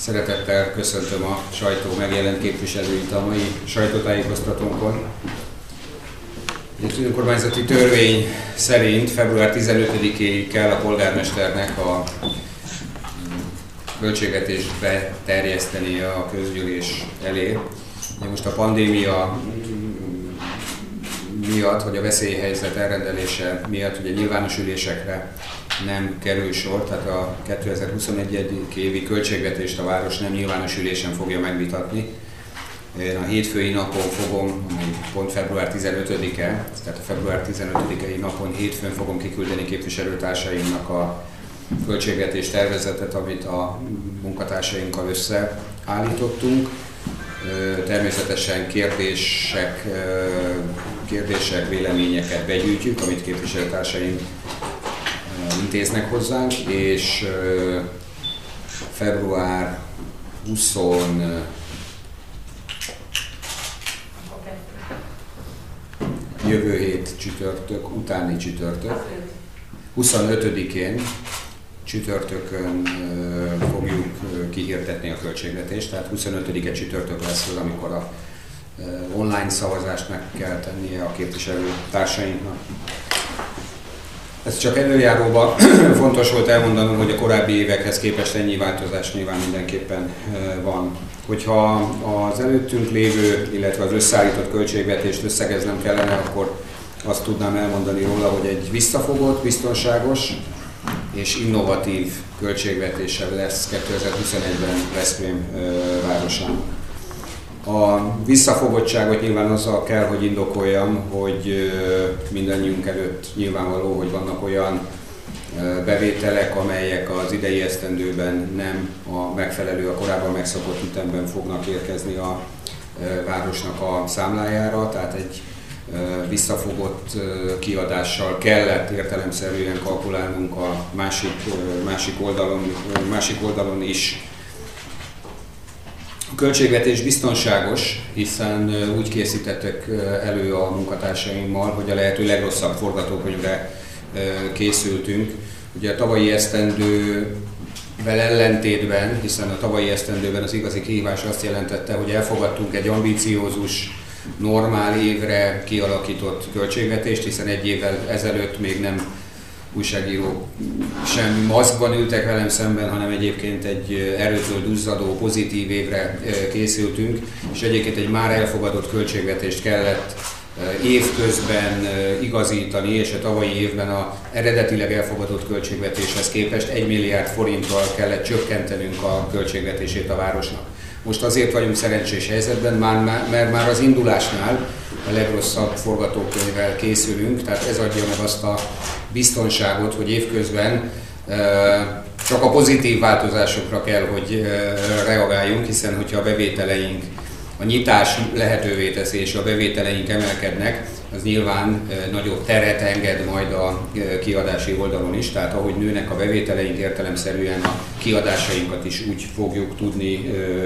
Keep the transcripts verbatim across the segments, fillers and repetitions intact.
Szeretettel köszöntöm a sajtó megjelent képviselőit a mai sajtótájékoztatónkon. Az önkormányzati törvény szerint február tizenötödikéig kell a polgármesternek a költségvetést beterjesztenie a közgyűlés elé. Most a pandémia miatt, vagy a veszélyhelyzet elrendelése miatt ugye nyilvános ülésekre nem kerül sor, tehát a kétezer-huszonegy. évi költségvetést a város nem nyilvános ülésen fogja megvitatni. Én a hétfői napon fogom, ami pont február tizenötödike, tehát a február tizenötödikei napon hétfőn fogom kiküldeni képviselőtársaimnak a költségvetés tervezetet, amit a munkatársainkkal összeállítottunk. Természetesen kérdések, kérdések, véleményeket begyűjtjük, amit képviselőtársaim intéznek hozzánk, és február huszonkettő jövő hét csütörtök, utáni csütörtök, huszonötödikén csütörtökön fogjuk kihirdetni a költségvetést, tehát huszonötödike csütörtök lesz az, amikor a online szavazást meg kell tennie a képviselőtársainknak. Ez csak előjáróban fontos volt elmondanom, hogy a korábbi évekhez képest ennyi változás nyilván mindenképpen van. Hogyha az előttünk lévő, illetve az összeállított költségvetést összegeznem kellene, akkor azt tudnám elmondani róla, hogy egy visszafogott, biztonságos és innovatív költségvetése lesz kétezer-huszonegyben Veszprém városán. A visszafogottságot nyilván azzal kell, hogy indokoljam, hogy mindannyiunk előtt nyilvánvaló, hogy vannak olyan bevételek, amelyek az idei esztendőben nem a megfelelő, a korábban megszokott ütemben fognak érkezni a városnak a számlájára, tehát egy visszafogott kiadással kellett értelemszerűen kalkulálnunk a másik, másik, oldalon, másik oldalon is. A költségvetés biztonságos, hiszen úgy készítettek elő a munkatársaimmal, hogy a lehető legrosszabb forgatókönyvre készültünk. Ugye a tavalyi esztendővel ellentétben, hiszen a tavalyi esztendőben az igazi kihívás azt jelentette, hogy elfogadtunk egy ambiciózus, normál évre kialakított költségvetést, hiszen egy évvel ezelőtt még nem újságírók sem maszkban ültek velem szemben, hanem egyébként egy erőtől duzzadó, pozitív évre készültünk, és egyébként egy már elfogadott költségvetést kellett évközben igazítani, és a tavalyi évben az eredetileg elfogadott költségvetéshez képest egy milliárd forinttal kellett csökkentenünk a költségvetését a városnak. Most azért vagyunk szerencsés helyzetben, mert már az indulásnál a legrosszabb forgatókönyvvel készülünk, tehát ez adja meg azt a biztonságot, hogy évközben csak a pozitív változásokra kell, hogy reagáljunk, hiszen hogyha a bevételeink, a nyitás lehetővé teszi, és a bevételeink emelkednek, az nyilván nagyobb teret enged majd a kiadási oldalon is, tehát ahogy nőnek a bevételeink, értelemszerűen a kiadásainkat is úgy fogjuk tudni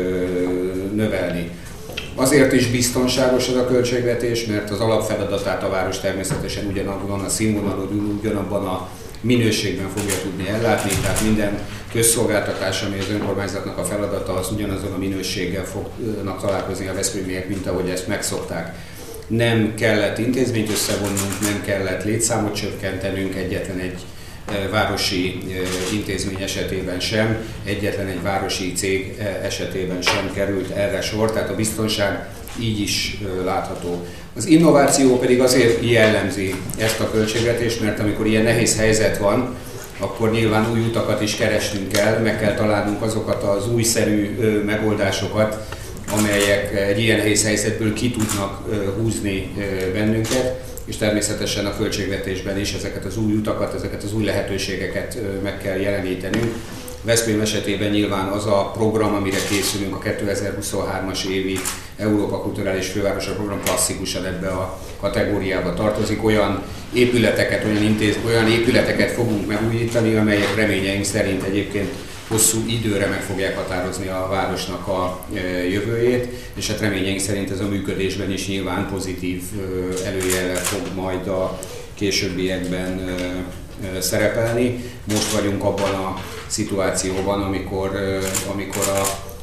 növelni. Azért is biztonságos ez a költségvetés, mert az alapfeladatát a város természetesen ugyanabban a színvonalon, ugyanabban a minőségben fogja tudni ellátni, tehát minden közszolgáltatás, ami az önkormányzatnak a feladata, az ugyanazon a minőséggel fognak találkozni a veszprémiek, mint ahogy ezt megszokták. Nem kellett intézményt összevonnunk, nem kellett létszámot csökkentenünk egyetlen egy városi intézmény esetében sem, egyetlen egy városi cég esetében sem került erre sor, tehát a biztonság így is látható. Az innováció pedig azért jellemzi ezt a költségvetést, mert amikor ilyen nehéz helyzet van, akkor nyilván új utakat is keresnünk kell, meg kell találnunk azokat az újszerű megoldásokat, amelyek egy ilyen nehéz helyzetből ki tudnak húzni bennünket, és természetesen a költségvetésben is ezeket az új utakat, ezeket az új lehetőségeket meg kell jelenítenünk. Veszprém esetében nyilván az a program, amire készülünk, a kétezer-huszonhármas évi Európa Kulturális Fővárosa program klasszikusan ebbe a kategóriába tartozik. Olyan épületeket, olyan, intéz, olyan épületeket fogunk megújítani, amelyek reményeink szerint egyébként hosszú időre meg fogják határozni a városnak a jövőjét, és hát reményeink szerint ez a működésben is nyilván pozitív előjellel fog majd a későbbiekben szerepelni. Most vagyunk abban a szituációban, amikor, amikor a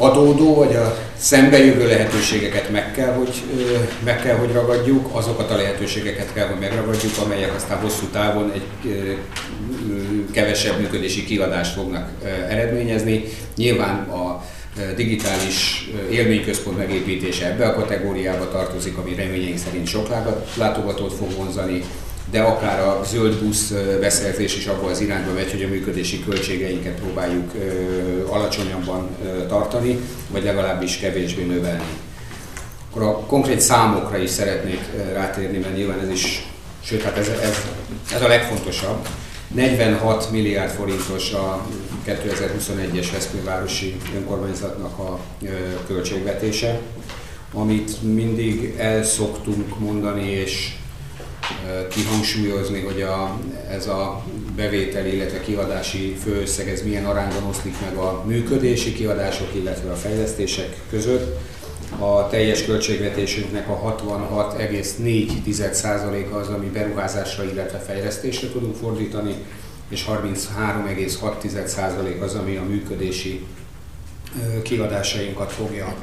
adódó, vagy a szembejövő lehetőségeket meg kell, hogy, meg kell, hogy ragadjuk, azokat a lehetőségeket kell, hogy megragadjuk, amelyek aztán hosszú távon egy kevesebb működési kiadást fognak eredményezni. Nyilván a digitális élményközpont megépítése ebbe a kategóriába tartozik, ami reményeink szerint sok látogatót fog vonzani, de akár a zöld busz beszerzés is abban az irányba megy, hogy a működési költségeinket próbáljuk alacsonyabban tartani, vagy legalábbis kevésbé növelni. Akkor a konkrét számokra is szeretnék rátérni, mert nyilván ez is, sőt, hát ez, ez, ez a legfontosabb. negyvenhat milliárd forintos a kétezer-huszonegyes Veszprémvárosi önkormányzatnak a költségvetése, amit mindig el szoktunk mondani és kihangsúlyozni, hogy a, ez a bevételi, illetve kiadási főösszeg ez milyen arányban oszlik meg a működési kiadások, illetve a fejlesztések között. A teljes költségvetésünknek a hatvanhat egész négy százaléka az, ami beruházásra, illetve fejlesztésre tudunk fordítani, és harminchárom egész hat százalék az, ami a működési kiadásainkat fogja,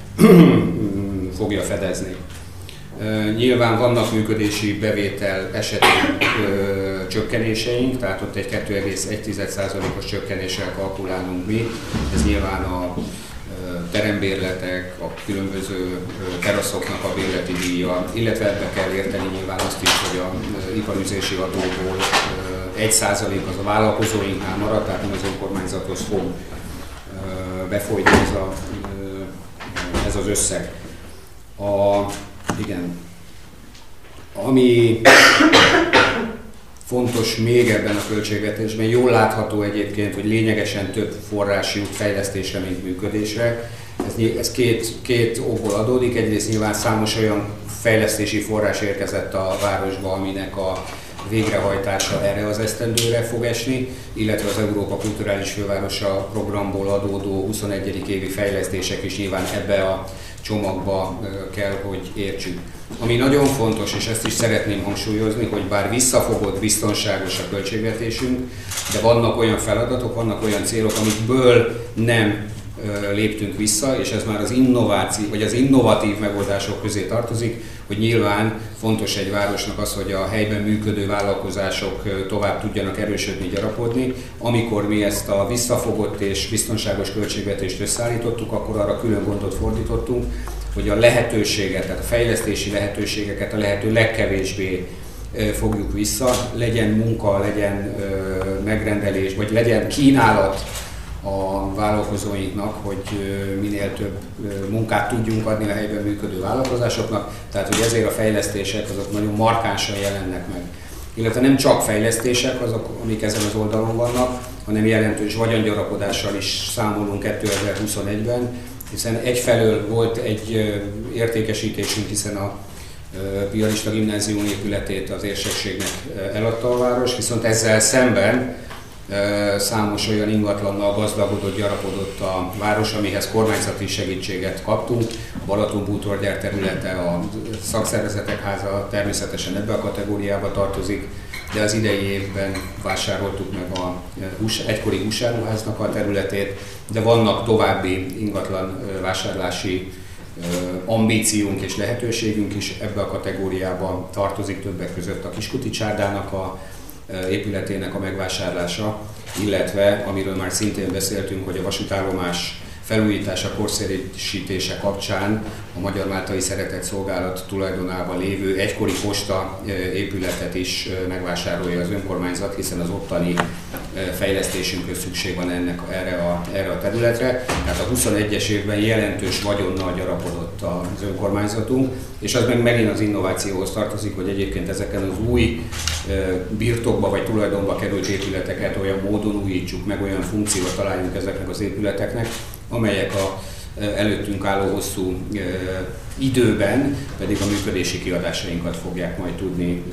fogja fedezni. Nyilván vannak működési bevétel esetén ö, csökkenéseink, tehát ott egy kettő egész egy százalékos csökkenéssel kalkulálunk mi. Ez nyilván a ö, terembérletek, a különböző ö, teraszoknak a bérleti díja, illetve ebbe kell érteni nyilván azt is, hogy a ö, iparüzési adóból egy százalék az a vállalkozóinknál marad, tehát az önkormányzathoz fog ö, befolyni ez, a, ö, ez az összeg. A, Igen. Ami fontos még ebben a költségvetésben, jól látható egyébként, hogy lényegesen több forrás jut fejlesztésre, mint működésre. Ez, ez két, két okból adódik. Egyrészt nyilván számos olyan fejlesztési forrás érkezett a városba, aminek a végrehajtása erre az esztendőre fog esni, illetve az Európa Kulturális Fővárosa programból adódó huszonegyedik évi fejlesztések is nyilván ebbe a csomagba kell, hogy értsük. Ami nagyon fontos, és ezt is szeretném hangsúlyozni, hogy bár visszafogott, biztonságos a költségvetésünk, de vannak olyan feladatok, vannak olyan célok, amikből nem léptünk vissza, és ez már az innováció, vagy az innovatív megoldások közé tartozik, hogy nyilván fontos egy városnak az, hogy a helyben működő vállalkozások tovább tudjanak erősödni, gyarapodni. Amikor mi ezt a visszafogott és biztonságos költségvetést összeállítottuk, akkor arra külön gondot fordítottunk, hogy a lehetőséget, tehát a fejlesztési lehetőségeket a lehető legkevésbé fogjuk vissza, legyen munka, legyen megrendelés, vagy legyen kínálat a vállalkozóinknak, hogy minél több munkát tudjunk adni a helyben működő vállalkozásoknak, tehát hogy ezért a fejlesztések azok nagyon markánsan jelennek meg. Illetve nem csak fejlesztések azok, amik ezen az oldalon vannak, hanem jelentős vagyongyarapodással is számolunk kétezer-huszonegyben, hiszen egyfelől volt egy értékesítésünk, hiszen a piarista gimnázium épületét az érsekségnek eladta a város, viszont ezzel szemben számos olyan ingatlannal gazdagodott, gyarapodott a város, amihez kormányzati segítséget kaptunk. A Balaton-bútorgyár területe, a szakszervezetek háza természetesen ebbe a kategóriába tartozik, de az idei évben vásároltuk meg a egykori húsáruháznak a területét, de vannak további ingatlan vásárlási ambíciónk és lehetőségünk is, ebbe a kategóriába tartozik többek között a Kiskuti csárdának a épületének a megvásárlása, illetve, amiről már szintén beszéltünk, hogy a vasútállomás felújítása, korszerűsítése kapcsán a Magyar Máltai Szeretett Szolgálat tulajdonában lévő egykori posta épületet is megvásárolja az önkormányzat, hiszen az ottani fejlesztésünkhöz szükség van ennek, erre, a, erre a területre. Tehát a huszonegyes évben jelentős vagyonnal gyarapodott az önkormányzatunk, és az meg megint az innovációhoz tartozik, hogy egyébként ezeken az új birtokba vagy tulajdonba került épületeket olyan módon újítsuk meg, olyan funkciót találjunk ezeknek az épületeknek, amelyek a előttünk álló hosszú időben pedig a működési kiadásainkat fogják majd tudni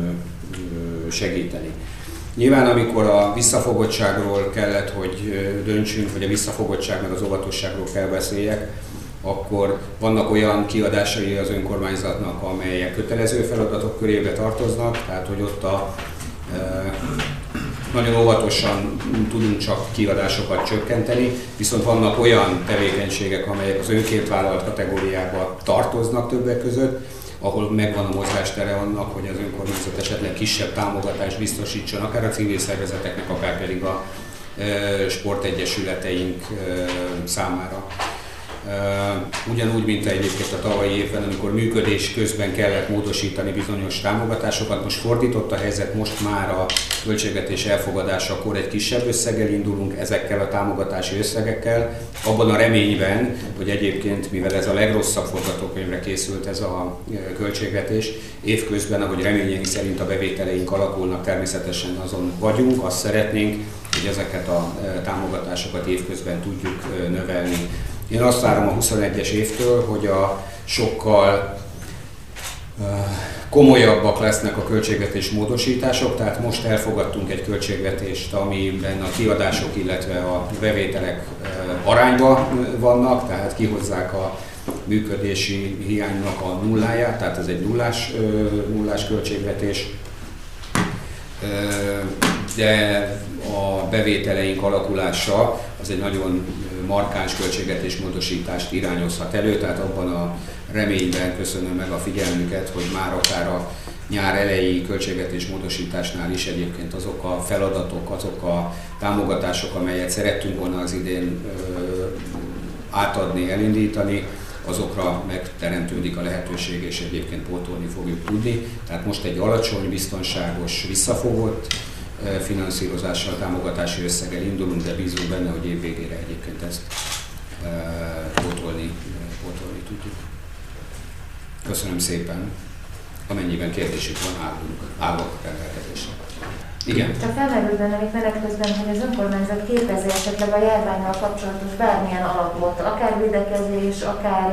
segíteni. Nyilván amikor a visszafogottságról kellett, hogy döntsünk, vagy a visszafogottság meg az óvatosságról kell beszéljek, akkor vannak olyan kiadásai az önkormányzatnak, amelyek kötelező feladatok körébe tartoznak, tehát hogy ott a nagyon óvatosan tudunk csak kiadásokat csökkenteni, viszont vannak olyan tevékenységek, amelyek az önként vállalt kategóriába tartoznak többek között, ahol megvan a mozgástere annak, hogy az önkormányzat esetleg kisebb támogatást biztosítson, akár a civil szervezeteknek, akár pedig a sportegyesületeink számára. Ugyanúgy, mint egyébként a tavalyi évben, amikor működés közben kellett módosítani bizonyos támogatásokat, most fordított a helyzet, most már a költségvetés elfogadásakor egy kisebb összeggel indulunk, ezekkel a támogatási összegekkel, abban a reményben, hogy egyébként, mivel ez a legrosszabb forgatókönyvre készült ez a költségvetés, évközben, ahogy reményeink szerint a bevételeink alakulnak, természetesen azon vagyunk, azt szeretnénk, hogy ezeket a támogatásokat évközben tudjuk növelni. Én azt várom a huszonegyes évtől, hogy a sokkal komolyabbak lesznek a költségvetés módosítások, tehát most elfogadtunk egy költségvetést, amiben a kiadások, illetve a bevételek arányban vannak, tehát kihozzák a működési hiánynak a nulláját, tehát ez egy nullás, nullás költségvetés, de a bevételeink alakulása az egy nagyon markáns költségvetés módosítást irányozhat elő, tehát abban a reményben köszönöm meg a figyelmüket, hogy már akár a nyár elejé költségvetés módosításnál is egyébként azok a feladatok, azok a támogatások, amelyet szerettünk volna az idén ö, átadni, elindítani, azokra megteremtődik a lehetőség, és egyébként pótolni fogjuk tudni. Tehát most egy alacsony, biztonságos, visszafogott finanszírozással, támogatási összeggel indulunk, de bízunk benne, hogy év végére egyébként ezt e, pótolni, pótolni tudjuk. Köszönöm szépen. Amennyiben kérdésük van, állunk, állok rendelkezésre. Igen. Csak felmerült benne még menet közben, hogy az önkormányzat képezi esetleg a járvánnyal kapcsolatos bármilyen alapot, akár védekezés, akár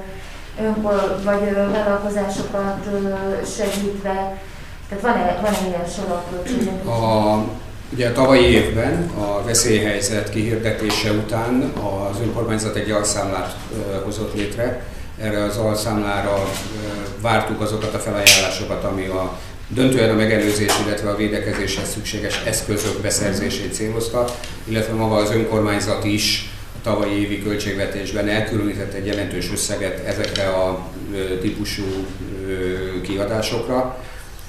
önkor vagy vállalkozásokat segítve. Tehát van-e, van-e ilyen soroköltségek? A, ugye a tavalyi évben a veszélyhelyzet kihirdetése után az önkormányzat egy alszámlát uh, hozott létre. Erre az alszámlára uh, vártuk azokat a felajánlásokat, ami a döntően a megelőzés, illetve a védekezéshez szükséges eszközök beszerzését célozta, illetve maga az önkormányzat is a tavalyi évi költségvetésben elkülönített egy jelentős összeget ezekre a uh, típusú uh, kiadásokra.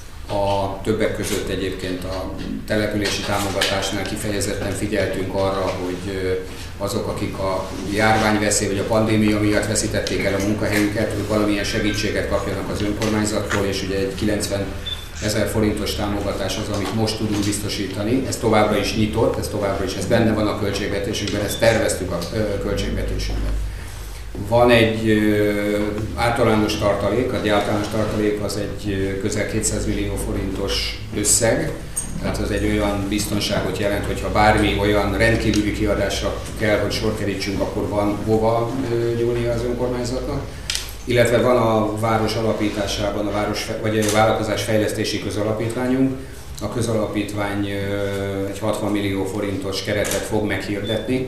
A többek között egyébként a települési támogatásnál kifejezetten figyeltünk arra, hogy azok, akik a járványveszély vagy a pandémia miatt veszítették el a munkahelyüket, hogy valamilyen segítséget kapjanak az önkormányzattól, és ugye egy kilencven ezer forintos támogatás az, amit most tudunk biztosítani. Ez továbbra is nyitott, ez továbbra is, ez benne van a költségvetésünkben, ezt terveztük a költségvetésünkben. Van egy ö, általános tartalék, egy általános tartalék az egy ö, közel kétszáz millió forintos összeg, tehát az egy olyan biztonságot jelent, hogyha bármi olyan rendkívüli kiadásra kell, hogy sor kerítsünk, akkor van hova nyúlnia az önkormányzatnak. Illetve van a város alapításában a, város, vagy a vállalkozás fejlesztési közalapítványunk. A közalapítvány ö, egy hatvan millió forintos keretet fog meghirdetni,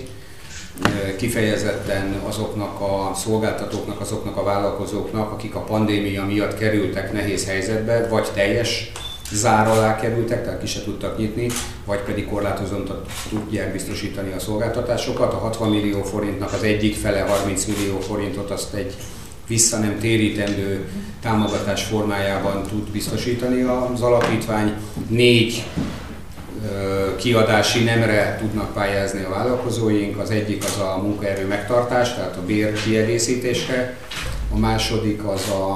kifejezetten azoknak a szolgáltatóknak, azoknak a vállalkozóknak, akik a pandémia miatt kerültek nehéz helyzetbe, vagy teljes zár alá kerültek, tehát ki se tudtak nyitni, vagy pedig korlátozottan tudják biztosítani a szolgáltatásokat. A hatvan millió forintnak az egyik fele, harminc millió forintot azt egy vissza nem térítendő támogatás formájában tud biztosítani az alapítvány. Négy kiadási nemre tudnak pályázni a vállalkozóink. Az egyik az a munkaerő megtartás, tehát a bér kiegészítésre, a második az a,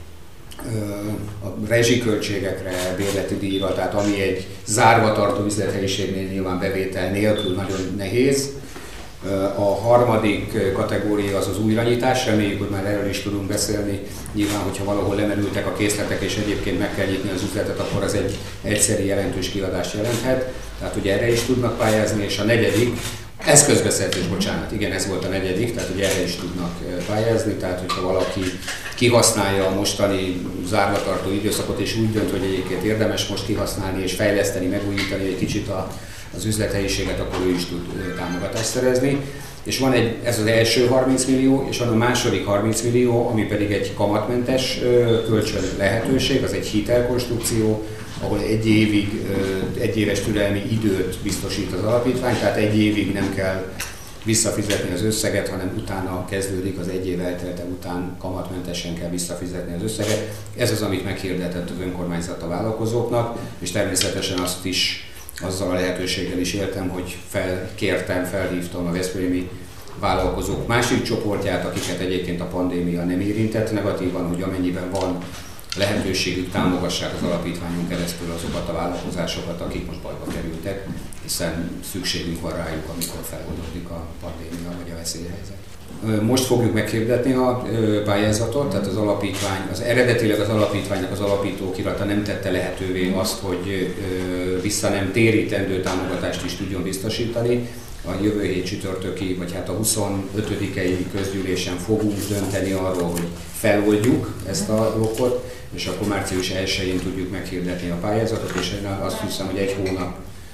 a rezsiköltségekre, bérleti díjra, tehát ami egy zárva tartó üzlethelyiségnél nyilván bevétel nélkül nagyon nehéz. A harmadik kategória az az újranyitás, reméljük, hogy már erről is tudunk beszélni. Nyilván, hogyha valahol lemerültek a készletek és egyébként meg kell nyitni az üzletet, akkor az egy egyszeri jelentős kiadást jelenthet. Tehát ugye erre is tudnak pályázni, és a negyedik, eszközbeszerzés, bocsánat, igen, ez volt a negyedik, tehát ugye erre is tudnak pályázni, tehát hogyha valaki kihasználja a mostani zárvatartó időszakot és úgy dönt, hogy egyébként érdemes most kihasználni és fejleszteni, megújítani egy kicsit a az üzlethelyiséget, akkor ő is tud támogatást szerezni. És van egy, ez az első harminc millió, és van a második harminc millió, ami pedig egy kamatmentes kölcsön lehetőség, az egy hitelkonstrukció, ahol egy évig, egy éves türelmi időt biztosít az alapítvány, tehát egy évig nem kell visszafizetni az összeget, hanem utána kezdődik, az egy év eltelte után kamatmentesen kell visszafizetni az összeget. Ez az, amit meghirdetett az önkormányzat a vállalkozóknak, és természetesen azt is, azzal a lehetőséggel is éltem, hogy felkértem, felhívtam a veszprémi vállalkozók másik csoportját, akiket egyébként a pandémia nem érintett negatívan, hogy amennyiben van lehetőségük, támogassák az alapítványon keresztül azokat a vállalkozásokat, akik most bajba kerültek, hiszen szükségünk van rájuk, amikor feloldódik a pandémia vagy a veszélyhelyzet. Most fogjuk meghirdetni a pályázatot, tehát az alapítvány, az eredetileg az alapítványnak az alapítókirata nem tette lehetővé azt, hogy vissza nem térítendő támogatást is tudjon biztosítani. A jövő hét csütörtöki, vagy hát a huszonötödikei közgyűlésen fogunk dönteni arról, hogy feloldjuk ezt a blokkot, és akkor március elsején tudjuk meghirdetni a pályázatot, és én azt hiszem, hogy egy hónap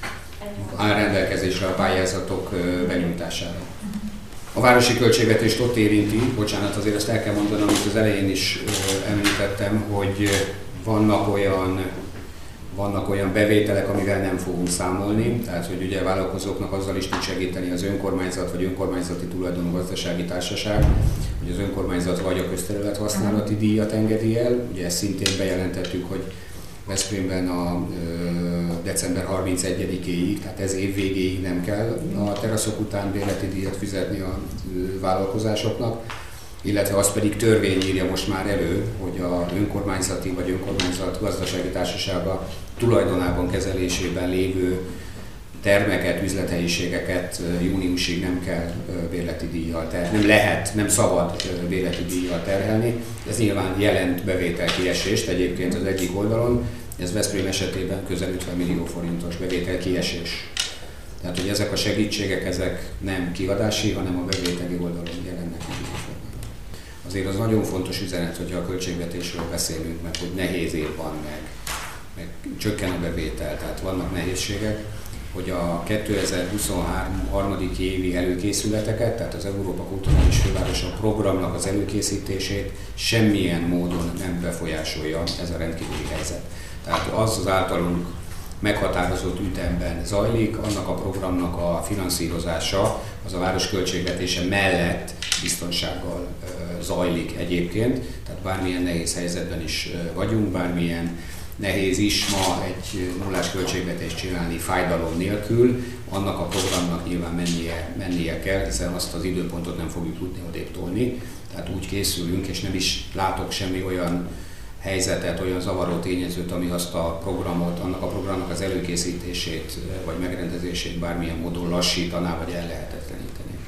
áll rendelkezésre a pályázatok benyújtására. A városi költségvetést ott érinti, bocsánat, azért ezt el kell mondanom, amit az elején is említettem, hogy vannak olyan Vannak olyan bevételek, amivel nem fogunk számolni, tehát hogy ugye a vállalkozóknak azzal is tud segíteni az önkormányzat vagy önkormányzati tulajdonú gazdasági társaság, hogy az önkormányzat vagy a közterület használati díjat engedi el. Ugye ezt szintén bejelentettük, hogy Veszprémben a december harmincegyedikéig, tehát ez év végéig nem kell a teraszok után bérleti díjat fizetni a vállalkozásoknak, illetve az pedig törvény írja most már elő, hogy a önkormányzati vagy önkormányzat gazdasági társasága tulajdonában, kezelésében lévő termeket, üzlethelyiségeket júniusig nem kell bérleti díjjal terhelni, nem lehet, nem szabad bérleti díjjal terhelni. Ez nyilván jelent bevételkiesést egyébként az egyik oldalon, ez Veszprém esetében közel ötven millió forintos bevételkiesés. Tehát, hogy ezek a segítségek, ezek nem kiadási, hanem a bevételi oldalon jelennek meg. Azért az nagyon fontos üzenet, hogyha a költségvetésről beszélünk, meg hogy nehéz év van, meg, meg csökken a bevétel, tehát vannak nehézségek, hogy a kétezer-huszonhárom harmadik évi előkészületeket, tehát az Európa Kulturális Fővárosa programnak az előkészítését semmilyen módon nem befolyásolja ez a rendkívüli helyzet. Tehát az az általunk meghatározott ütemben zajlik, annak a programnak a finanszírozása az a város költségvetése mellett biztonsággal zajlik egyébként, tehát bármilyen nehéz helyzetben is vagyunk, bármilyen nehéz is ma egy nullás költségvetést csinálni fájdalom nélkül, annak a programnak nyilván mennie, mennie kell, hiszen azt az időpontot nem fogjuk tudni odébb tolni, tehát úgy készülünk, és nem is látok semmi olyan helyzetet, olyan zavaró tényezőt, ami azt a programot, annak a programnak az előkészítését vagy megrendezését bármilyen módon lassítaná vagy ellehetetlenítené.